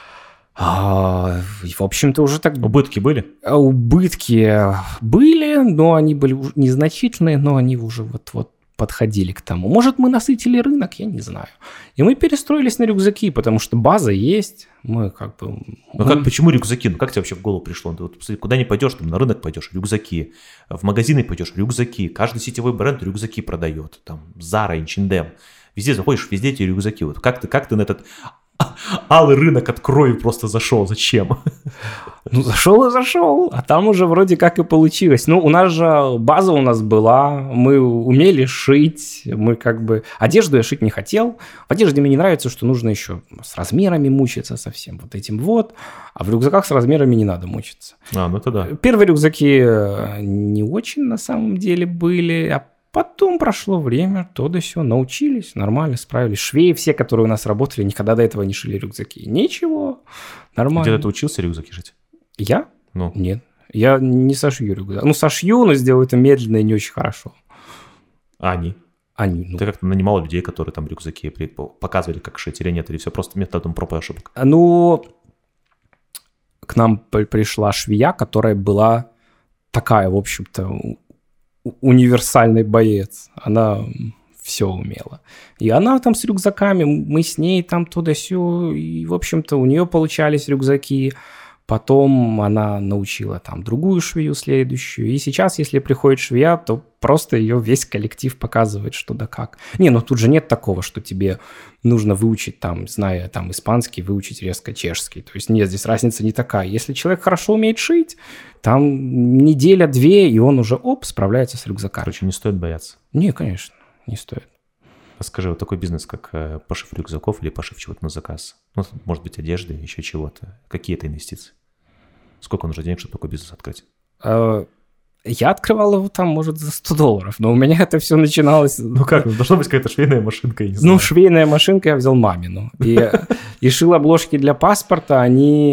А, в общем-то, уже так... Убытки были? Убытки были, но они были незначительные, но они уже вот-вот подходили к тому. Может, мы насытили рынок, я не знаю. И мы перестроились на рюкзаки, потому что база есть. Мы как бы... Ну как, почему рюкзаки? Ну как тебе вообще в голову пришло? Ты вот, посмотри, куда не пойдешь, там на рынок пойдешь, рюкзаки. В магазины пойдешь, рюкзаки. Каждый сетевой бренд рюкзаки продает. Там Zara, эйч энд эм. Везде заходишь, везде эти рюкзаки. Вот как ты, как ты на этот алый рынок от крови просто зашел? Зачем? Ну, зашел и зашел, а там уже вроде как и получилось. Ну, у нас же база у нас была, мы умели шить, мы как бы... Одежду я шить не хотел. В одежде мне не нравится, что нужно еще с размерами мучиться совсем вот этим вот. А в рюкзаках с размерами не надо мучиться. А, ну это да. Первые рюкзаки не очень на самом деле были, а потом прошло время, то да сё, научились, нормально, справились. Швеи все, которые у нас работали, никогда до этого не шили рюкзаки. Ничего, нормально. Где-то ты учился рюкзаки шить? Я? Ну. Нет. Я не сошью рюкзак. Ну, сошью, но сделаю это медленно и не очень хорошо. А они? Они, ну... Ты как-то нанимал людей, которые там рюкзаки показывали, как шить или нет, или все просто методом проб и ошибок? Ну, к нам пришла швея, которая была такая, в общем-то, универсальный боец. Она все умела. И она там с рюкзаками, мы с ней там туда-сё, и, в общем-то, у нее получались рюкзаки. Потом она научила там другую швею следующую. И сейчас, если приходит швея, то просто ее весь коллектив показывает, что да как. Не, ну тут же нет такого, что тебе нужно выучить там, зная там испанский, выучить резко чешский. То есть нет, здесь разница не такая. Если человек хорошо умеет шить, там неделя-две, и он уже, оп, справляется с рюкзаками. Короче, не стоит бояться. Не, конечно, не стоит. Расскажи, вот такой бизнес, как э, пошив рюкзаков или пошив чего-то на заказ. Ну, может быть, одежды, еще чего-то. Какие это инвестиции? Сколько нужно денег, чтобы такой бизнес открыть? Я открывал его там, может, за сто долларов, но у меня это все начиналось... Ну как, должна быть какая-то швейная машинка, я не знаю. Ну, швейная машинка я взял мамину. И, и шил обложки для паспорта, они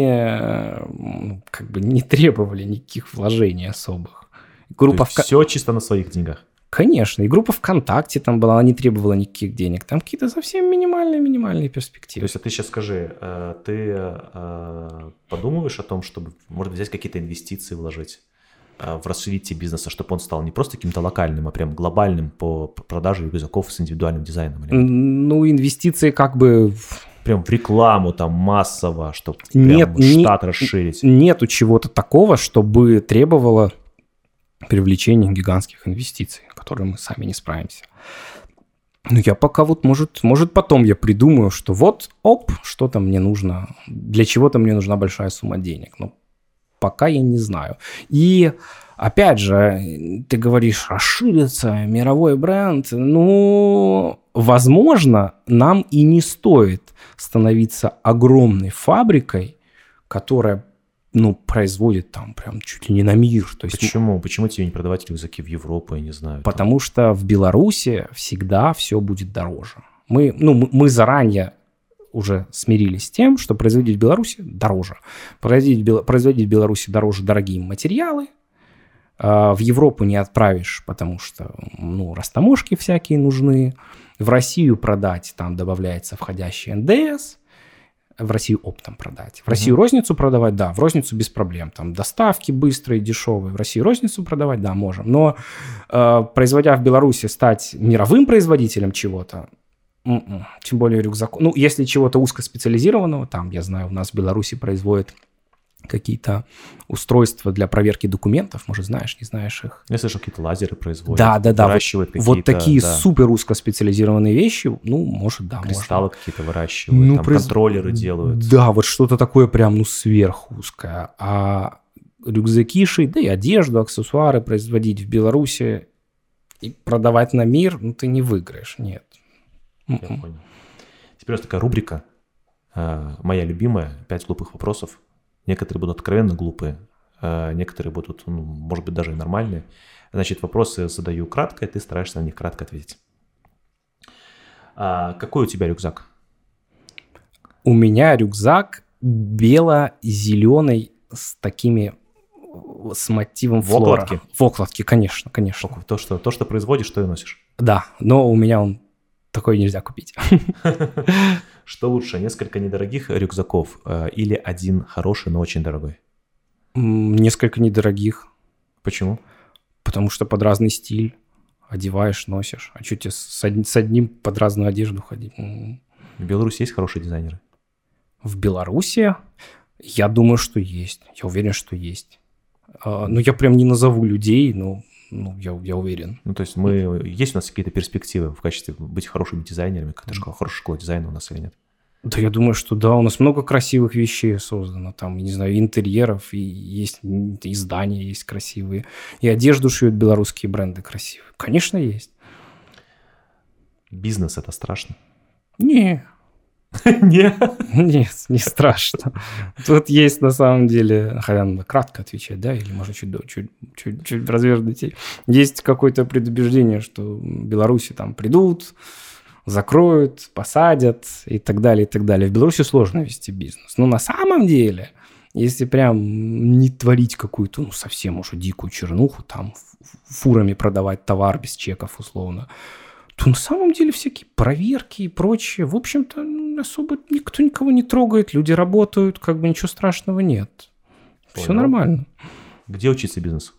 как бы не требовали никаких вложений особых. Группа в... Все чисто на своих деньгах? Конечно. И группа ВКонтакте там была, она не требовала никаких денег. Там какие-то совсем минимальные-минимальные перспективы. То есть, а ты сейчас скажи, ты подумываешь о том, чтобы, может, взять какие-то инвестиции вложить в развитие бизнеса, чтобы он стал не просто каким-то локальным, а прям глобальным по продаже рюкзаков с индивидуальным дизайном? Или... Ну, инвестиции как бы... Прям в рекламу там массово, чтобы нет, прям штат не, расширить? Нету чего-то такого, чтобы требовало привлечения гигантских инвестиций, которые мы сами не справимся. Ну, я пока вот, может, может потом я придумаю, что вот, оп, что-то мне нужно, для чего-то мне нужна большая сумма денег. Но пока я не знаю. И, опять же, ты говоришь, расширится мировой бренд. Ну, возможно, нам и не стоит становиться огромной фабрикой, которая ну, производит там прям чуть ли не на мир. То есть, почему? Почему тебе не продавать рюкзаки в Европу, я не знаю? Потому там... что в Беларуси всегда все будет дороже. Мы, ну, мы заранее уже смирились с тем, что производить в Беларуси дороже. Производить, производить в Беларуси дороже дорогие материалы. В Европу не отправишь, потому что ну, растаможки всякие нужны. В Россию продать, там добавляется входящий эн дэ эс. В Россию оптом продать. В Россию uh-huh. розницу продавать, да, в розницу без проблем. Там доставки быстрые, дешевые. В Россию розницу продавать, да, можем. Но э, производя в Беларуси, стать мировым производителем чего-то, м-м, тем более рюкзаков. Ну, если чего-то узкоспециализированного, там, я знаю, у нас в Беларуси производят какие-то устройства для проверки документов, может, знаешь, не знаешь их. Я слышал, какие-то лазеры производят. Да, да, да. Выращивают вот, какие-то... вот такие да. супер узкоспециализированные вещи, ну, может, да, Кристаллы можно. какие-то выращивают, ну, там произ... контроллеры делают. Да, вот что-то такое прям, ну, сверхузкое. А рюкзаки шить, да и одежду, аксессуары производить в Беларуси и продавать на мир, ну, ты не выиграешь, нет. Я понял. Теперь у нас такая рубрика, моя любимая, пять глупых вопросов. Некоторые будут откровенно глупые, некоторые будут, ну, может быть, даже и нормальные. Значит, вопросы задаю кратко, и ты стараешься на них кратко ответить. А какой у тебя рюкзак? У меня рюкзак бело-зеленый с такими, с мотивом флора. Вокладки? Вокладки, конечно, конечно. То, что, то, что производишь, то и носишь. Да, но у меня он такой нельзя купить. Что лучше, несколько недорогих рюкзаков э, или один хороший, но очень дорогой? Несколько недорогих. Почему? Потому что под разный стиль одеваешь, носишь. А что тебе с, од... с одним под разную одежду ходить? В Беларуси есть хорошие дизайнеры? В Беларуси? Я думаю, что есть. Я уверен, что есть. А, ну, я прям не назову людей, но ну, я, я уверен. Ну, то есть мы... Есть у нас какие-то перспективы в качестве быть хорошими дизайнерами? Какая-то школа, хорошая школа дизайна у нас или нет? Да, я думаю, что да. У нас много красивых вещей создано. Там, не знаю, интерьеров, и есть и здания есть красивые. И одежду шьют белорусские бренды красивые. Конечно, есть. Бизнес – это страшно? Не. Нет. Нет, не страшно. Тут есть на самом деле, хотя надо кратко отвечать, да, или можно чуть, чуть, чуть, чуть развернуть. Есть какое-то предубеждение, что в Беларуси там придут, закроют, посадят и так далее, и так далее. В Беларуси сложно вести бизнес. Но на самом деле, если прям не творить какую-то, ну, совсем уже дикую чернуху, там фурами продавать товар без чеков условно, то на самом деле всякие проверки и прочее, в общем-то, особо никто никого не трогает, люди работают, как бы ничего страшного нет. Понял. Все нормально. Где учиться бизнесу?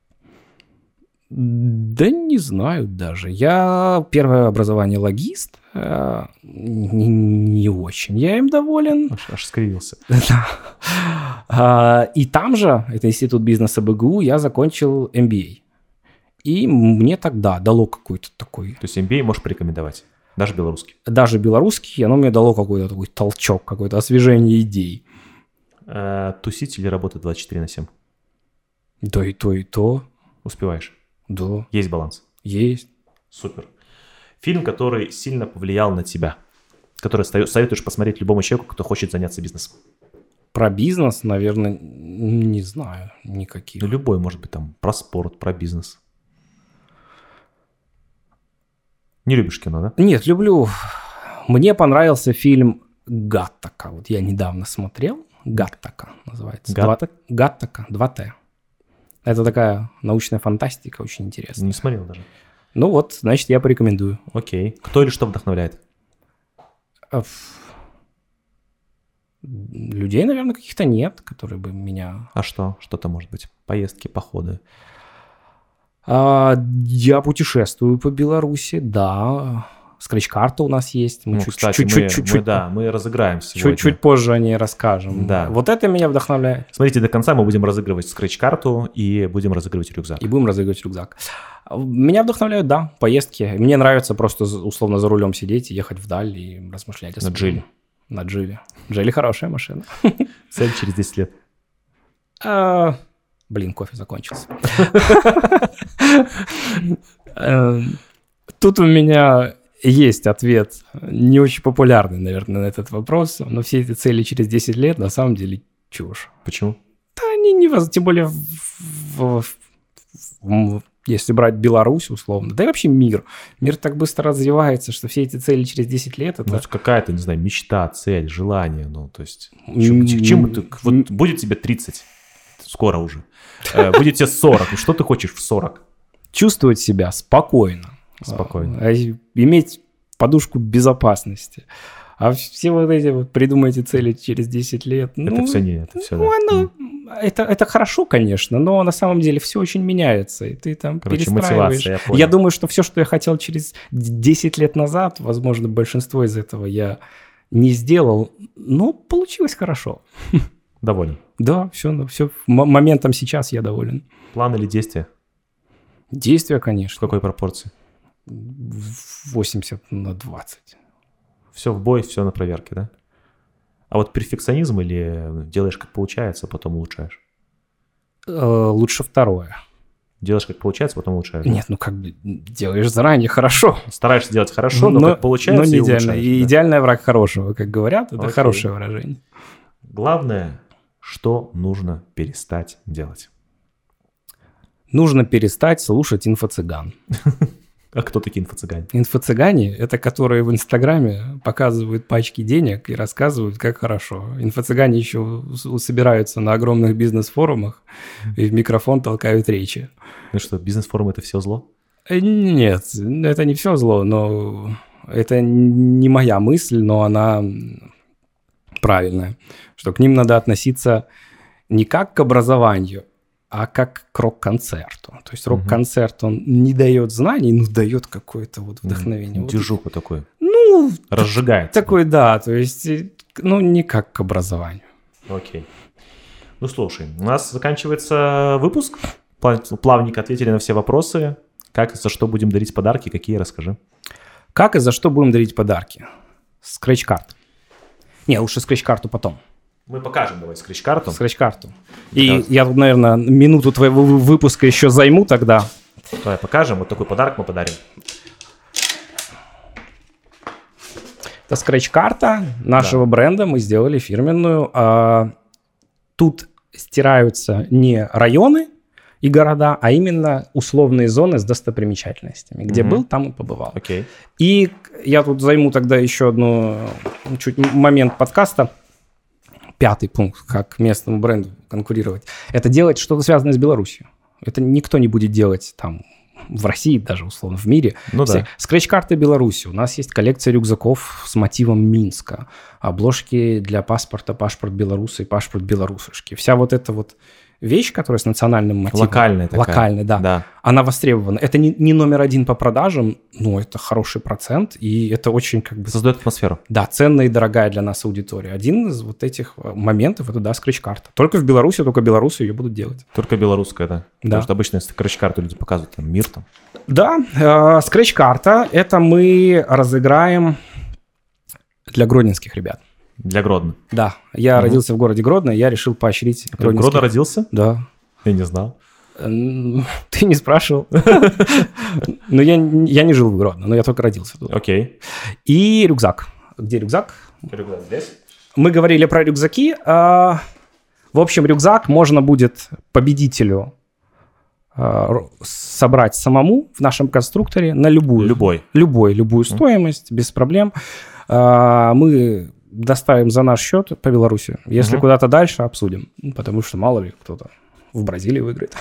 Да не знаю даже. Я первое образование логист, не, не очень. Я им доволен. Аж, аж скривился. И там же, это институт бизнеса БГУ, я закончил эм би эй. И мне тогда дало какой-то такой... То есть эм би эй можешь порекомендовать? Даже белорусский? Даже белорусский, оно мне дало какой-то такой толчок, какое-то освежение идей. А, тусить или работать двадцать четыре на семь? Да и то, и то. Успеваешь? Да. Есть баланс? Есть. Супер. Фильм, который сильно повлиял на тебя, который советуешь посмотреть любому человеку, кто хочет заняться бизнесом? Про бизнес, наверное, не знаю никаких. Ну, любой, может быть, там, про спорт, про бизнес. Не любишь кино, да? Нет, люблю. Мне понравился фильм «Гаттака». Вот я недавно смотрел. «Гаттака» называется. Гаттака? «Гаттака», два Т. Это такая научная фантастика, очень интересная. Не смотрел даже. Ну вот, значит, я порекомендую. Окей. Кто или что вдохновляет? Людей, наверное, каких-то нет, которые бы меня... А что? Что-то может быть? Поездки, походы? А, я путешествую по Беларуси, да. Скретч-карта у нас есть. Мы ну, чуть, кстати, чуть, мы, чуть, мы, чуть, да, мы разыграем сегодня. Чуть-чуть позже о ней расскажем. Да. Вот это меня вдохновляет. Смотрите, до конца мы будем разыгрывать скретч-карту и будем разыгрывать рюкзак. И будем разыгрывать рюкзак. Меня вдохновляют, да, поездки. Мне нравится просто условно за рулем сидеть и ехать вдаль и размышлять о На своем. Джили. На Джили. Джили хорошая машина. Цель через десять лет. А, блин, кофе закончился. Тут у меня есть ответ, не очень популярный, наверное, на этот вопрос, но все эти цели через десять лет на самом деле чушь. Почему? Да они не воз... Тем более, в... В... В... если брать Беларусь условно, да и вообще мир. Мир так быстро развивается, что все эти цели через десять лет это... Ну, это какая-то, не знаю, мечта, цель, желание, ну, то есть... Чем, чем ты... Вот будет тебе тридцать, скоро уже, будет тебе сорок, ну что ты хочешь в сорок? Чувствовать себя спокойно. Спокойно. А, иметь подушку безопасности. А все вот эти вот придумайте цели через десять лет. Это ну, все не это. Все, ну, да. оно, это, это хорошо, конечно, но на самом деле все очень меняется. И ты там Короче, перестраиваешь. мотивация, я понял. Я думаю, что все, что я хотел через десять лет назад, возможно, большинство из этого я не сделал, но получилось хорошо. Доволен. Да, все, все моментом сейчас я доволен. План или действие? Действия, В конечно. какой пропорции? восемьдесят на двадцать. Все в бой, все на проверке, да? А вот перфекционизм или делаешь как получается, потом улучшаешь? Э, Лучше второе. Делаешь как получается, потом улучшаешь? да? Нет, ну как бы делаешь заранее хорошо. Стараешься делать хорошо, но, как получается, но не и идеально. улучшаешь. И да. идеальный враг хорошего, как говорят, это Окей. хорошее выражение. Главное, что нужно перестать делать. Нужно перестать слушать инфо-цыган. А кто такие инфо-цыгане? Инфо-цыгане — это которые в Инстаграме показывают пачки денег и рассказывают, как хорошо. Инфо-цыгане еще с- собираются на огромных бизнес-форумах и в микрофон толкают речи. Ну что, бизнес-форум — это все зло? Э, Нет, это не все зло, но это не моя мысль, но она правильная, что к ним надо относиться не как к образованию, а как к рок-концерту. То есть рок-концерт, он не дает знаний, но дает какое-то вот вдохновение. Вот. Движуху такой. Ну, Разжигает. такой, да, то есть, э, ну, не как к образованию. Окей. Ну, слушай, у нас заканчивается выпуск. Пла- Плавненько ответили на все вопросы. Как и за что будем дарить подарки, какие, расскажи. Как и за что будем дарить подарки? Скретч-карт. Не, лучше скретч-карту потом. Мы покажем, давай, скретч-карту. Скретч-карту. И Да. я тут, наверное, минуту твоего вы- выпуска еще займу тогда. Давай покажем. Вот такой подарок мы подарим. Это скретч-карта нашего бренда. Мы сделали фирменную. А, тут стираются не районы и города, а именно условные зоны с достопримечательностями. Где Мгм. был, там и побывал. Окей. И к- я тут займу тогда еще одну э, чуть м- момент подкаста. Пятый пункт, как местному бренду конкурировать. Это делать что-то связанное с Беларусью. Это никто не будет делать там в России, даже условно в мире. Ну Все- да. Скретч-карты Беларуси. У нас есть коллекция рюкзаков с мотивом Минска. Обложки для паспорта, паспорт белоруса и паспорт белорусышки. Вся вот эта вот вещь, которая с национальным мотивом. Локальная такая. Локальная, да. Да. Она востребована. Это не, не номер один по продажам, но это хороший процент, и это очень как бы... Создает атмосферу. Да, ценная и дорогая для нас аудитория. Один из вот этих э, моментов — это, да, скретч-карта. Только в Беларуси, только белорусы ее будут делать. Только белорусская, да. Да. Потому что обычно, если скретч-карту люди показывают, там, мир там. Да, э, скретч-карта — это мы разыграем для гродненских ребят. Для Гродно. Да, я Мгм. родился в городе Гродно, я решил поощрить Ты в Гродно гродненских... родился? Да. Я не знал. М, Ты не спрашивал. Но я, я не жил в Гродно, но я только родился тут. Окей. И рюкзак. Где рюкзак? Здесь? Мы говорили про рюкзаки. а, В общем, рюкзак можно будет победителю а, р- собрать самому в нашем конструкторе на любую. Любой. Любой, любую стоимость, без проблем. А, Мы доставим за наш счет по Беларуси. Если Мгм. куда-то дальше, обсудим. Потому что мало ли кто-то в Бразилии выиграет.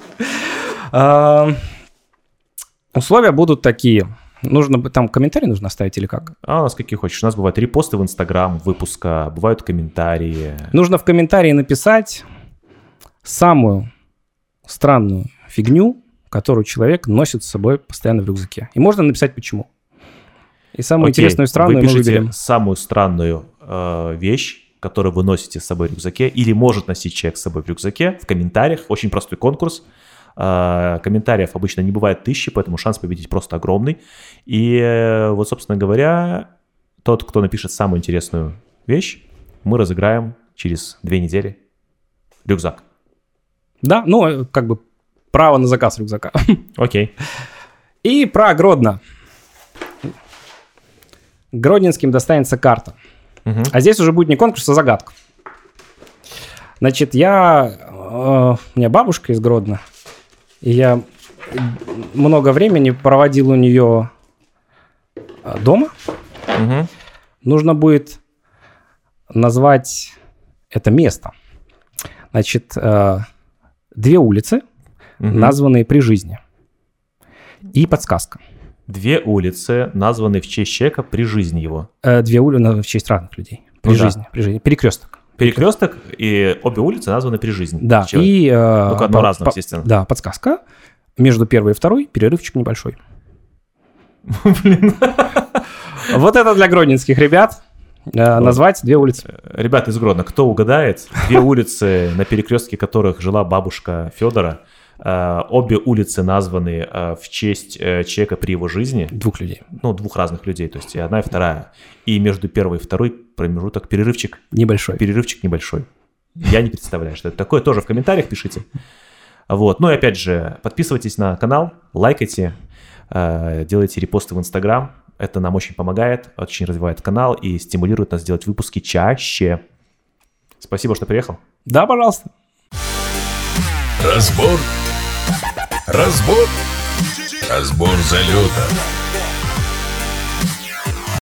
А, Условия будут такие. Нужно бы там комментарий нужно оставить или как? А у нас какие хочешь. У нас бывают репосты в Инстаграм выпуска, бывают комментарии. Нужно в комментарии написать самую странную фигню, которую человек носит с собой постоянно в рюкзаке. И можно написать почему. И самую Окей, интересную и странную вы мы пишете выберем. самую странную э, вещь, которую вы носите с собой в рюкзаке, или может носить человек с собой в рюкзаке, в комментариях. Очень простой конкурс. Э, комментариев обычно не бывает тысячи, поэтому шанс победить просто огромный. И э, вот, собственно говоря, тот, кто напишет самую интересную вещь, мы разыграем через две недели рюкзак. Да, ну, э, как бы право на заказ рюкзака. Окей. И про Гродно. Гродненским достанется карта. Мгм. А здесь уже будет не конкурс, а загадка. Значит, я... э, у меня бабушка из Гродно, и я много времени проводил у нее э, дома. Мгм. Нужно будет назвать это место. Значит, э, две улицы, Мгм. названные при жизни. И подсказка. Две улицы, названные в честь человека при жизни его. Э, две улицы в честь разных людей. При Ну да. жизни, при жизни. Перекресток. Перекресток, и обе улицы названы при жизни. Да, Чего? и... э, Только одно по- разное, по- естественно. Да, подсказка. Между первой и второй перерывчик небольшой. Вот это для гродненских ребят. э, назвать две улицы. Ребята из Гродно, кто угадает, две улицы, на перекрестке которых жила бабушка Федора, э, обе улицы названы э, в честь э, человека при его жизни. Двух людей. Ну, двух разных людей, то есть и одна, и вторая. И между первой и второй промежуток, перерывчик. Небольшой. Перерывчик небольшой. Я не представляю, что это такое. Тоже в комментариях пишите. Вот. Ну и опять же, подписывайтесь на канал, лайкайте, э, делайте репосты в Инстаграм. Это нам очень помогает, очень развивает канал и стимулирует нас делать выпуски чаще. Спасибо, что приехал. Да, пожалуйста. Разбор. Разбор. Разбор залета.